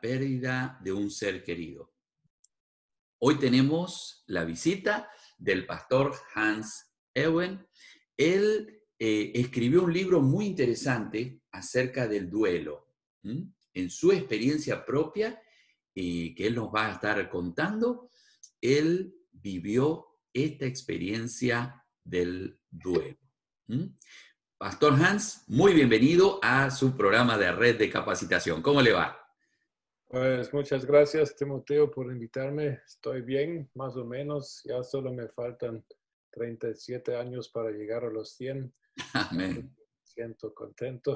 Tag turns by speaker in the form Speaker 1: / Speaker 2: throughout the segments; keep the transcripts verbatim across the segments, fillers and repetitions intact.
Speaker 1: pérdida de un ser querido. Hoy tenemos la visita del pastor Hans Ewen. Él eh, escribió un libro muy interesante acerca del duelo, ¿m? En su experiencia propia, y que él nos va a estar contando. Él vivió esta experiencia del duelo. ¿m? Pastor Hans, muy bienvenido a su programa de Red de Capacitación. ¿Cómo le va?
Speaker 2: Pues muchas gracias, Timoteo, por invitarme. Estoy bien, más o menos. Ya solo me faltan treinta y siete años para llegar a los cien.
Speaker 1: Amén.
Speaker 2: Me siento contento.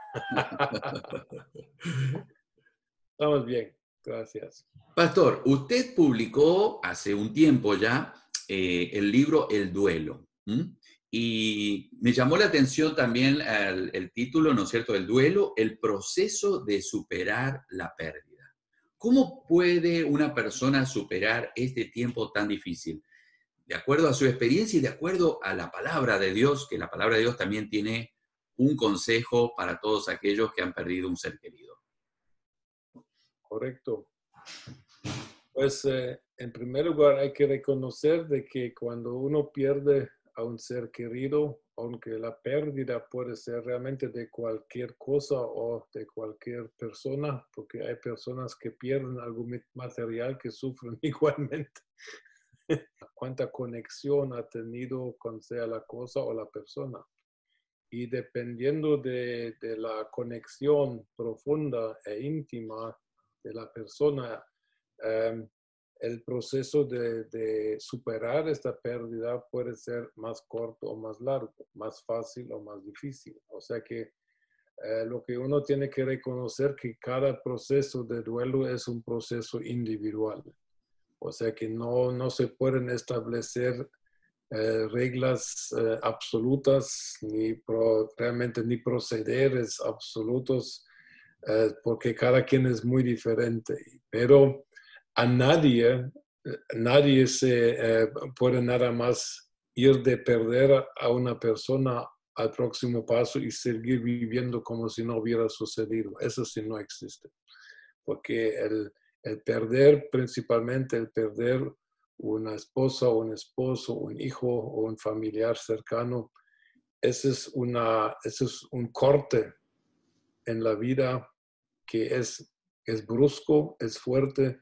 Speaker 2: Estamos bien, gracias.
Speaker 1: Pastor, usted publicó hace un tiempo ya eh, el libro El Duelo. ¿m? Y me llamó la atención también el, el título, ¿no es cierto?, El Duelo, el proceso de superar la pérdida. ¿Cómo puede una persona superar este tiempo tan difícil? De acuerdo a su experiencia y de acuerdo a la palabra de Dios, que la palabra de Dios también tiene un consejo para todos aquellos que han perdido un ser querido.
Speaker 2: Correcto. Pues eh, en primer lugar hay que reconocer de que cuando uno pierde a un ser querido, aunque la pérdida puede ser realmente de cualquier cosa o de cualquier persona, porque hay personas que pierden algo material que sufren igualmente. Cuánta conexión ha tenido con sea la cosa o la persona. Y dependiendo de, de la conexión profunda e íntima de la persona, um, el proceso de, de superar esta pérdida puede ser más corto o más largo, más fácil o más difícil. O sea que eh, lo que uno tiene que reconocer que cada proceso de duelo es un proceso individual. O sea que no, no se pueden establecer eh, reglas eh, absolutas, ni pro, realmente ni procederes absolutos, eh, porque cada quien es muy diferente. Pero a nadie, nadie se eh, puede nada más ir de perder a una persona al próximo paso y seguir viviendo como si no hubiera sucedido. Eso sí no existe. Porque el, el perder, principalmente el perder una esposa o un esposo, un hijo o un familiar cercano, ese es, una, ese es un corte en la vida que es, es brusco, es fuerte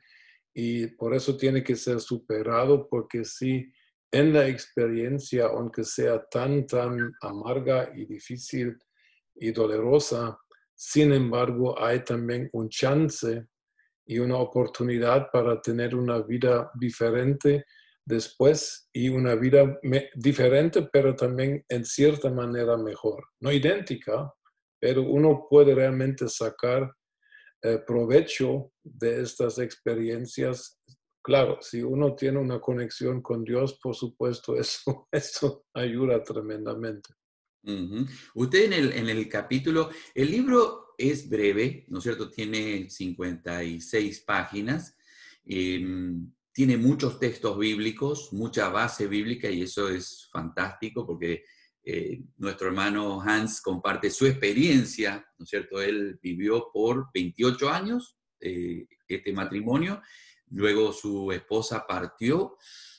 Speaker 2: y por eso tiene que ser superado, porque si en la experiencia, aunque sea tan, tan amarga y difícil y dolorosa, sin embargo hay también un chance y una oportunidad para tener una vida diferente después y una vida diferente, pero también en cierta manera mejor. No idéntica, pero uno puede realmente sacar eh, provecho de estas experiencias. Claro, si uno tiene una conexión con Dios, por supuesto, eso, eso ayuda tremendamente.
Speaker 1: Uh-huh. Usted en el, en el capítulo, el libro es breve, ¿no es cierto? Tiene cincuenta y seis páginas, eh, tiene muchos textos bíblicos, mucha base bíblica y eso es fantástico porque eh, nuestro hermano Hans comparte su experiencia, ¿no es cierto? Él vivió por veintiocho años eh, este matrimonio, luego su esposa partió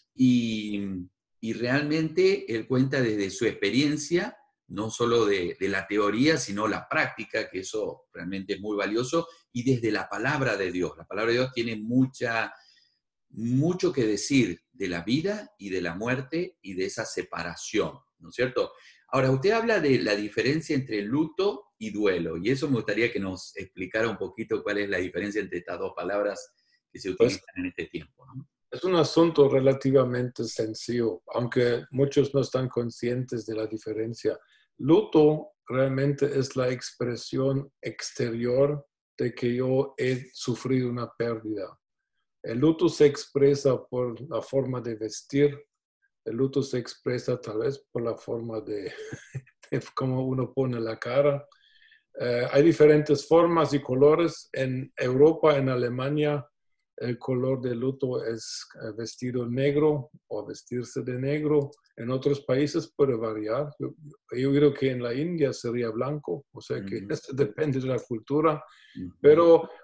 Speaker 1: y, y realmente él cuenta desde su experiencia, no solo de, de la teoría, sino la práctica, que eso realmente es muy valioso, y desde la palabra de Dios. La palabra de Dios tiene mucha, mucho que decir de la vida y de la muerte y de esa separación, ¿no es cierto? Ahora, usted habla de la diferencia entre luto y duelo, y eso me gustaría que nos explicara un poquito cuál es la diferencia entre estas dos palabras que se
Speaker 2: Pues,
Speaker 1: utilizan en este tiempo, ¿no?
Speaker 2: es un asunto relativamente sencillo, aunque muchos no están conscientes de la diferencia. Luto realmente es la expresión exterior de que yo he sufrido una pérdida. El luto se expresa por la forma de vestir, el luto se expresa tal vez por la forma de, de cómo uno pone la cara. Eh, hay diferentes formas y colores. En Europa, en Alemania, el color de luto es vestido negro o vestirse de negro. En otros países puede variar. Yo, yo creo que en la India sería blanco, o sea que
Speaker 1: Uh-huh.
Speaker 2: eso depende de la cultura.
Speaker 1: Uh-huh.
Speaker 2: Pero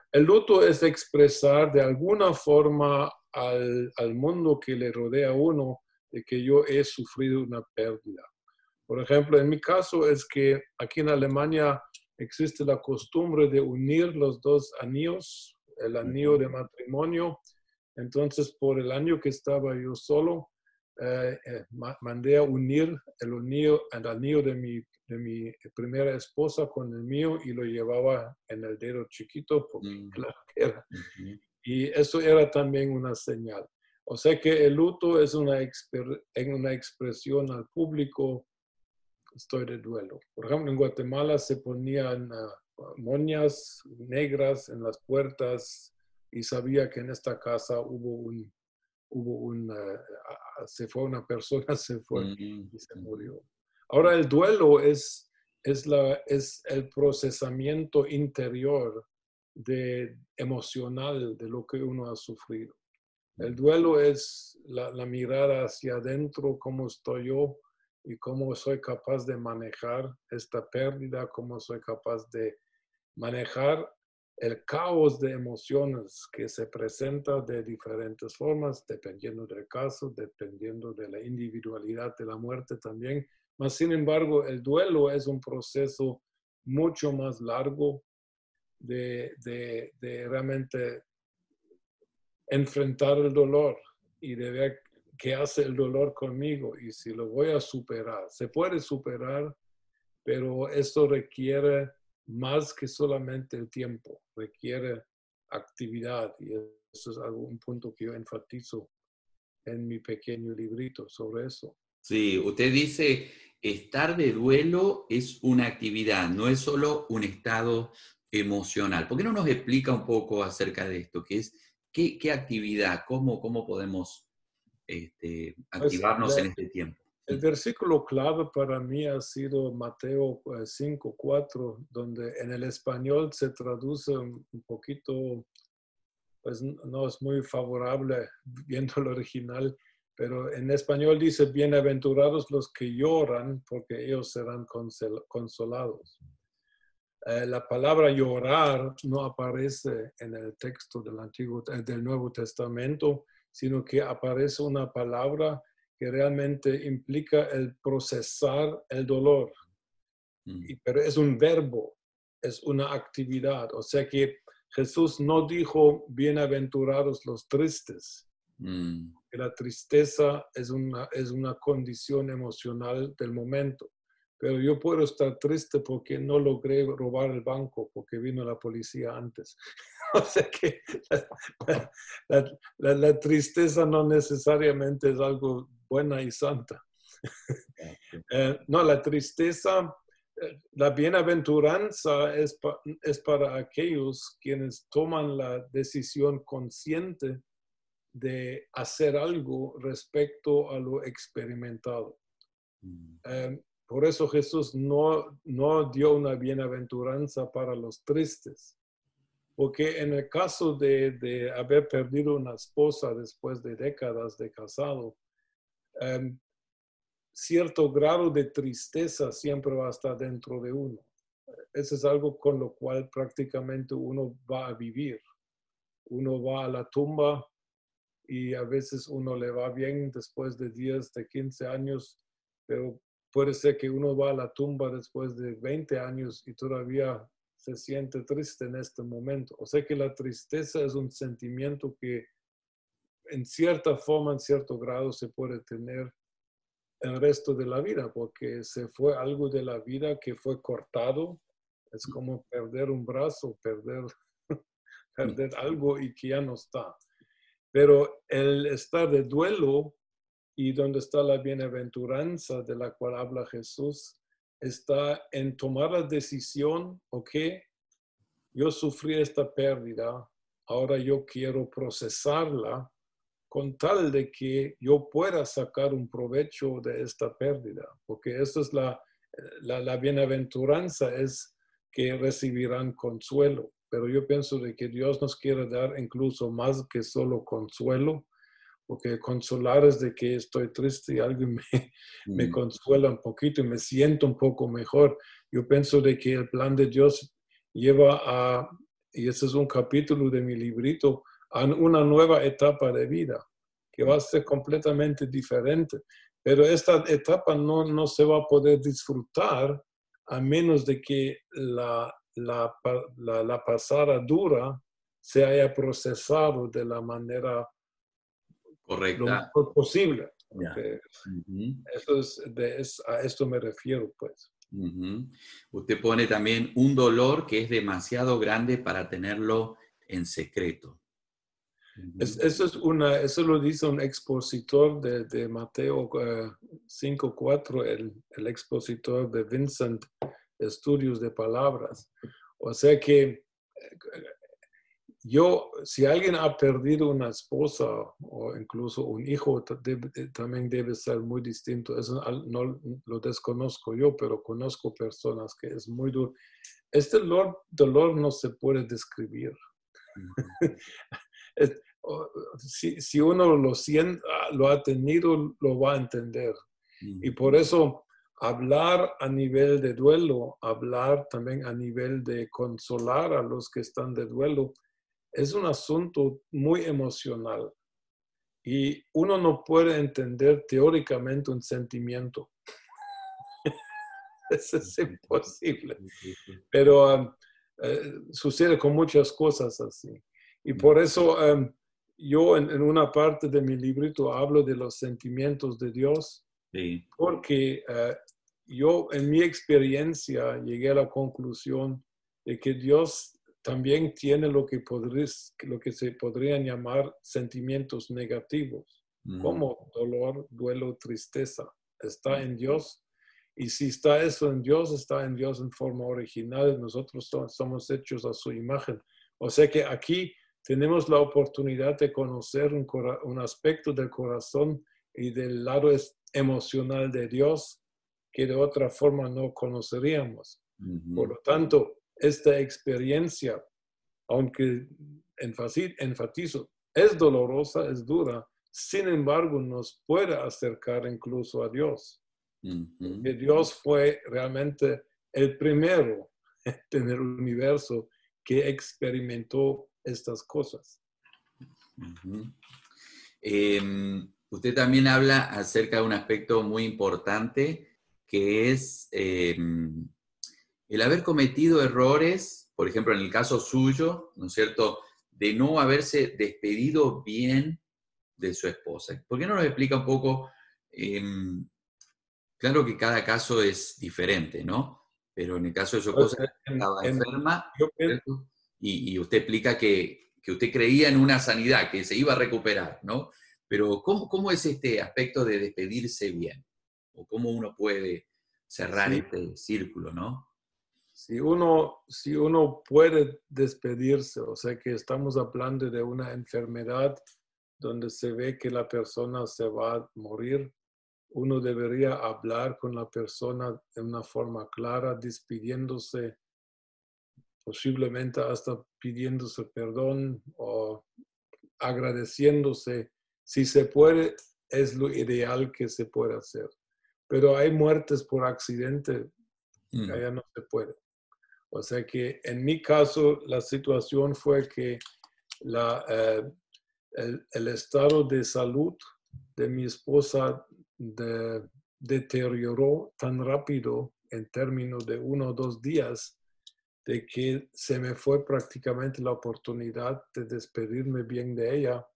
Speaker 2: el luto es expresar de alguna forma al, al mundo que le rodea a uno de que yo he sufrido una pérdida. Por ejemplo, en mi caso es que aquí en Alemania existe la costumbre de unir los dos anillos, el anillo de matrimonio. Entonces, por el año que estaba yo solo, eh, eh, mandé a unir el anillo, el anillo de, mi, de mi primera esposa con el mío y lo llevaba en el dedo chiquito, porque
Speaker 1: Mm.
Speaker 2: claro que era.
Speaker 1: Ujú.
Speaker 2: Y eso era también una señal. O sea que el luto es una, exper- una expresión al público, estoy de duelo. Por ejemplo, en Guatemala se ponían uh, moñas negras en las puertas y sabía que en esta casa hubo un, hubo un, uh, se fue una persona, se fue
Speaker 1: Mm,
Speaker 2: y se
Speaker 1: ujú.
Speaker 2: murió. Ahora el duelo es, es, la, es el procesamiento interior de, emocional de lo que uno ha sufrido. El duelo es la, la mirada hacia adentro, cómo estoy yo y cómo soy capaz de manejar esta pérdida, cómo soy capaz de manejar el caos de emociones que se presenta de diferentes formas, dependiendo del caso, dependiendo de la individualidad de la muerte también. Mas, sin embargo, el duelo es un proceso mucho más largo de, de, de realmente enfrentar el dolor y de ver qué hace el dolor conmigo y si lo voy a superar. Se puede superar, pero esto requiere más que solamente el tiempo, requiere actividad y eso es algo, un punto que yo enfatizo en mi pequeño librito sobre eso.
Speaker 1: Sí, usted dice, estar de duelo es una actividad, no es solo un estado emocional. ¿Por qué no nos explica un poco acerca de esto? ¿Qué es, qué, qué actividad? ¿Cómo, cómo podemos este,
Speaker 2: Pues
Speaker 1: activarnos
Speaker 2: la,
Speaker 1: en este tiempo?
Speaker 2: el versículo clave para mí ha sido Mateo cinco cuatro, donde en el español se traduce un poquito, pues no es muy favorable viendo el original, pero en español dice, bienaventurados los que lloran, porque ellos serán consolados. Eh, la palabra llorar no aparece en el texto del, Antiguo, del Nuevo Testamento, sino que aparece una palabra que realmente implica el procesar el dolor.
Speaker 1: Mm,
Speaker 2: Y, pero es un verbo, es una actividad. O sea que Jesús no dijo bienaventurados los tristes.
Speaker 1: mm,
Speaker 2: La tristeza es una, es una condición emocional del momento. Pero yo puedo estar triste porque no logré robar el banco, porque vino la policía antes. O sea que la, la, la, la tristeza no necesariamente es algo buena y santa. Eh, no, la tristeza, eh, la bienaventuranza es, pa, es para aquellos quienes toman la decisión consciente de hacer algo respecto a lo experimentado.
Speaker 1: mm,
Speaker 2: Eh, por eso Jesús no, no dio una bienaventuranza para los tristes, porque en el caso de, de haber perdido una esposa después de décadas de casado, eh, cierto grado de tristeza siempre va a estar dentro de uno. Eso es algo con lo cual prácticamente uno va a vivir. Uno va a la tumba y a veces uno le va bien después de diez, de quince años, pero puede ser que uno va a la tumba después de veinte años y todavía se siente triste en este momento. O sea que la tristeza es un sentimiento que en cierta forma, en cierto grado, se puede tener el resto de la vida, porque se fue algo de la vida que fue cortado. Es como perder un brazo, perder,
Speaker 1: mm,
Speaker 2: perder algo y que ya no está. Pero el estar de duelo y donde está la bienaventuranza de la cual habla Jesús, está en tomar la decisión, ok, yo sufrí esta pérdida, ahora yo quiero procesarla con tal de que yo pueda sacar un provecho de esta pérdida, porque eso es la, la, la bienaventuranza, es que recibirán consuelo. Pero yo pienso de que Dios nos quiere dar incluso más que solo consuelo, porque consolar es de que estoy triste y alguien me, me
Speaker 1: mm,
Speaker 2: consuela un poquito y me siento un poco mejor. Yo pienso de que el plan de Dios lleva a y ese es un capítulo de mi librito, a una nueva etapa de vida, que va a ser completamente diferente. Pero esta etapa no, no se va a poder disfrutar a menos de que la, la, la, la pasada dura se haya procesado de la manera lo
Speaker 1: Correcta.
Speaker 2: mejor posible.
Speaker 1: Ya.
Speaker 2: Okay.
Speaker 1: Ujú.
Speaker 2: Eso es, de, es, a esto me refiero, pues.
Speaker 1: Ujú. Usted pone también un dolor que es demasiado grande para tenerlo en secreto. Ujú.
Speaker 2: Es, eso, es una, eso lo dice un expositor de, de Mateo uh, cinco cuatro, el, el expositor de Vincent, Estudios de Palabras. O sea que yo, si alguien ha perdido una esposa o incluso un hijo, debe, también debe ser muy distinto. Eso no lo desconozco yo, pero conozco personas que es muy duro. Este dolor, dolor no se puede describir. es, si, si uno lo siente, lo ha tenido, lo va a entender. Y por eso hablar a nivel de duelo, hablar también a nivel de consolar a los que están de duelo, es un asunto muy emocional. Y uno no puede entender teóricamente un sentimiento. Eso es imposible. Pero um, eh, sucede con muchas cosas así. Y por eso um, yo en, en una parte de mi librito hablo de los sentimientos de Dios,
Speaker 1: Sí.
Speaker 2: porque uh, yo en mi experiencia llegué a la conclusión de que Dios también tiene lo que, podría, lo que se podrían llamar sentimientos negativos, mm. como dolor, duelo, tristeza. Está en Dios. Y si está eso en Dios, está en Dios en forma original. Nosotros somos hechos a su imagen. O sea que aquí tenemos la oportunidad de conocer un, un aspecto del corazón y del lado emocional de Dios que de otra forma no conoceríamos. Uh-huh. Por lo tanto, esta experiencia, aunque enfatizo, es dolorosa, es dura, sin embargo nos puede acercar incluso a Dios. Uh-huh. Porque Dios fue realmente el primero en el universo que experimentó estas cosas.
Speaker 1: Uh-huh. Eh, usted también habla acerca de un aspecto muy importante que es eh, el haber cometido errores, por ejemplo, en el caso suyo, ¿no es cierto?, de no haberse despedido bien de su esposa. ¿Por qué no nos explica un poco? Eh, claro que cada caso es diferente, ¿no? Pero en el caso de su esposa estaba enferma, ¿cierto? Y, y usted explica que, que usted creía en una sanidad, que se iba a recuperar, ¿no? Pero ¿cómo, cómo es este aspecto de despedirse bien? ¿O cómo uno puede cerrar sí. este círculo, no?
Speaker 2: Si uno, si uno puede despedirse, o sea que estamos hablando de una enfermedad donde se ve que la persona se va a morir, uno debería hablar con la persona de una forma clara, despidiéndose, posiblemente hasta pidiéndose perdón o agradeciéndose. Si se puede, es lo ideal que se puede hacer. Pero hay muertes por accidente, mm. allá no se puede. O sea que en mi caso la situación fue que la, eh, el, el estado de salud de mi esposa de, deterioró tan rápido en términos de uno o dos días de que se me fue prácticamente la oportunidad de despedirme bien de ella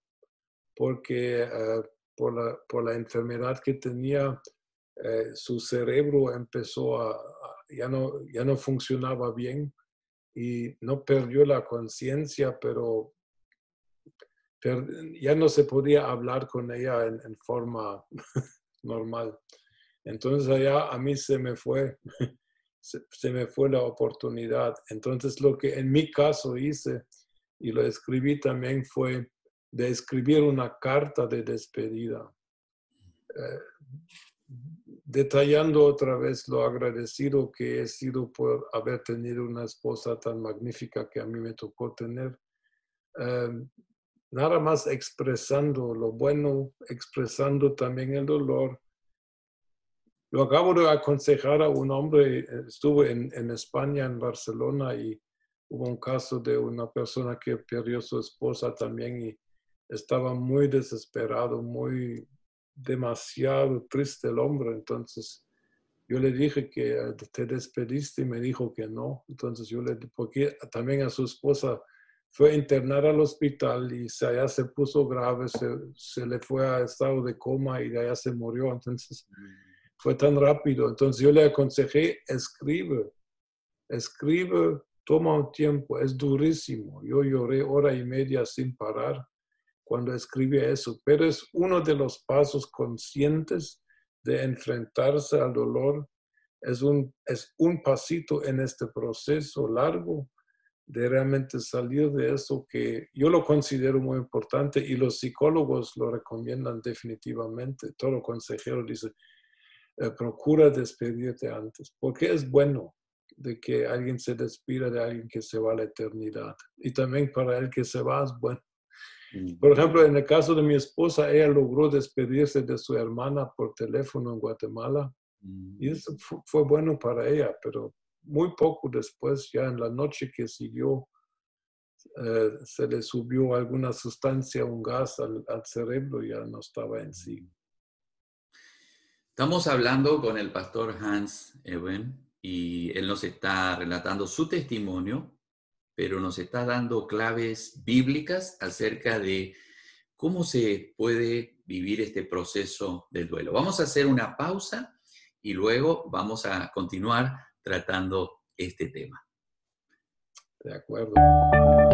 Speaker 2: porque eh, por, la, por la enfermedad que tenía eh, su cerebro empezó a, a ya no, ya no funcionaba bien y no perdió la conciencia, pero per, ya no se podía hablar con ella en, en forma normal. Entonces allá a mí se me fue, se, se me fue la oportunidad. Entonces lo que en mi caso hice, y lo escribí también, fue de escribir una carta de despedida, eh, detallando otra vez lo agradecido que he sido por haber tenido una esposa tan magnífica que a mí me tocó tener. Eh, nada más expresando lo bueno, expresando también el dolor. Lo acabo de aconsejar a un hombre, estuvo en, en España, en Barcelona, y hubo un caso de una persona que perdió a su esposa también y estaba muy desesperado, muy demasiado triste el hombre. Entonces yo le dije que eh, te despediste y me dijo que no. Entonces yo le dije, porque también a su esposa fue a internar al hospital y se, allá se puso grave, se, se le fue a estado de coma y de allá se murió. Entonces fue tan rápido. Entonces yo le aconsejé, escribe, escribe, toma un tiempo, es durísimo. Yo lloré hora y media sin parar cuando escribí eso, pero es uno de los pasos conscientes de enfrentarse al dolor. Es un, es un pasito en este proceso largo de realmente salir de eso, que yo lo considero muy importante y los psicólogos lo recomiendan definitivamente. Todo consejero dice, eh, procura despedirte antes, porque es bueno de que alguien se despida de alguien que se va a la eternidad. Y también para el que se va es bueno. Por ejemplo, en el caso de mi esposa, ella logró despedirse de su hermana por teléfono en Guatemala. Y eso fue bueno para ella, pero muy poco después, ya en la noche que siguió, eh, se le subió alguna sustancia, un gas al, al cerebro y ya no estaba en sí.
Speaker 1: Estamos hablando con el pastor Hans Eben y él nos está relatando su testimonio, pero nos está dando claves bíblicas acerca de cómo se puede vivir este proceso del duelo. Vamos a hacer una pausa y luego vamos a continuar tratando este tema.
Speaker 2: De acuerdo.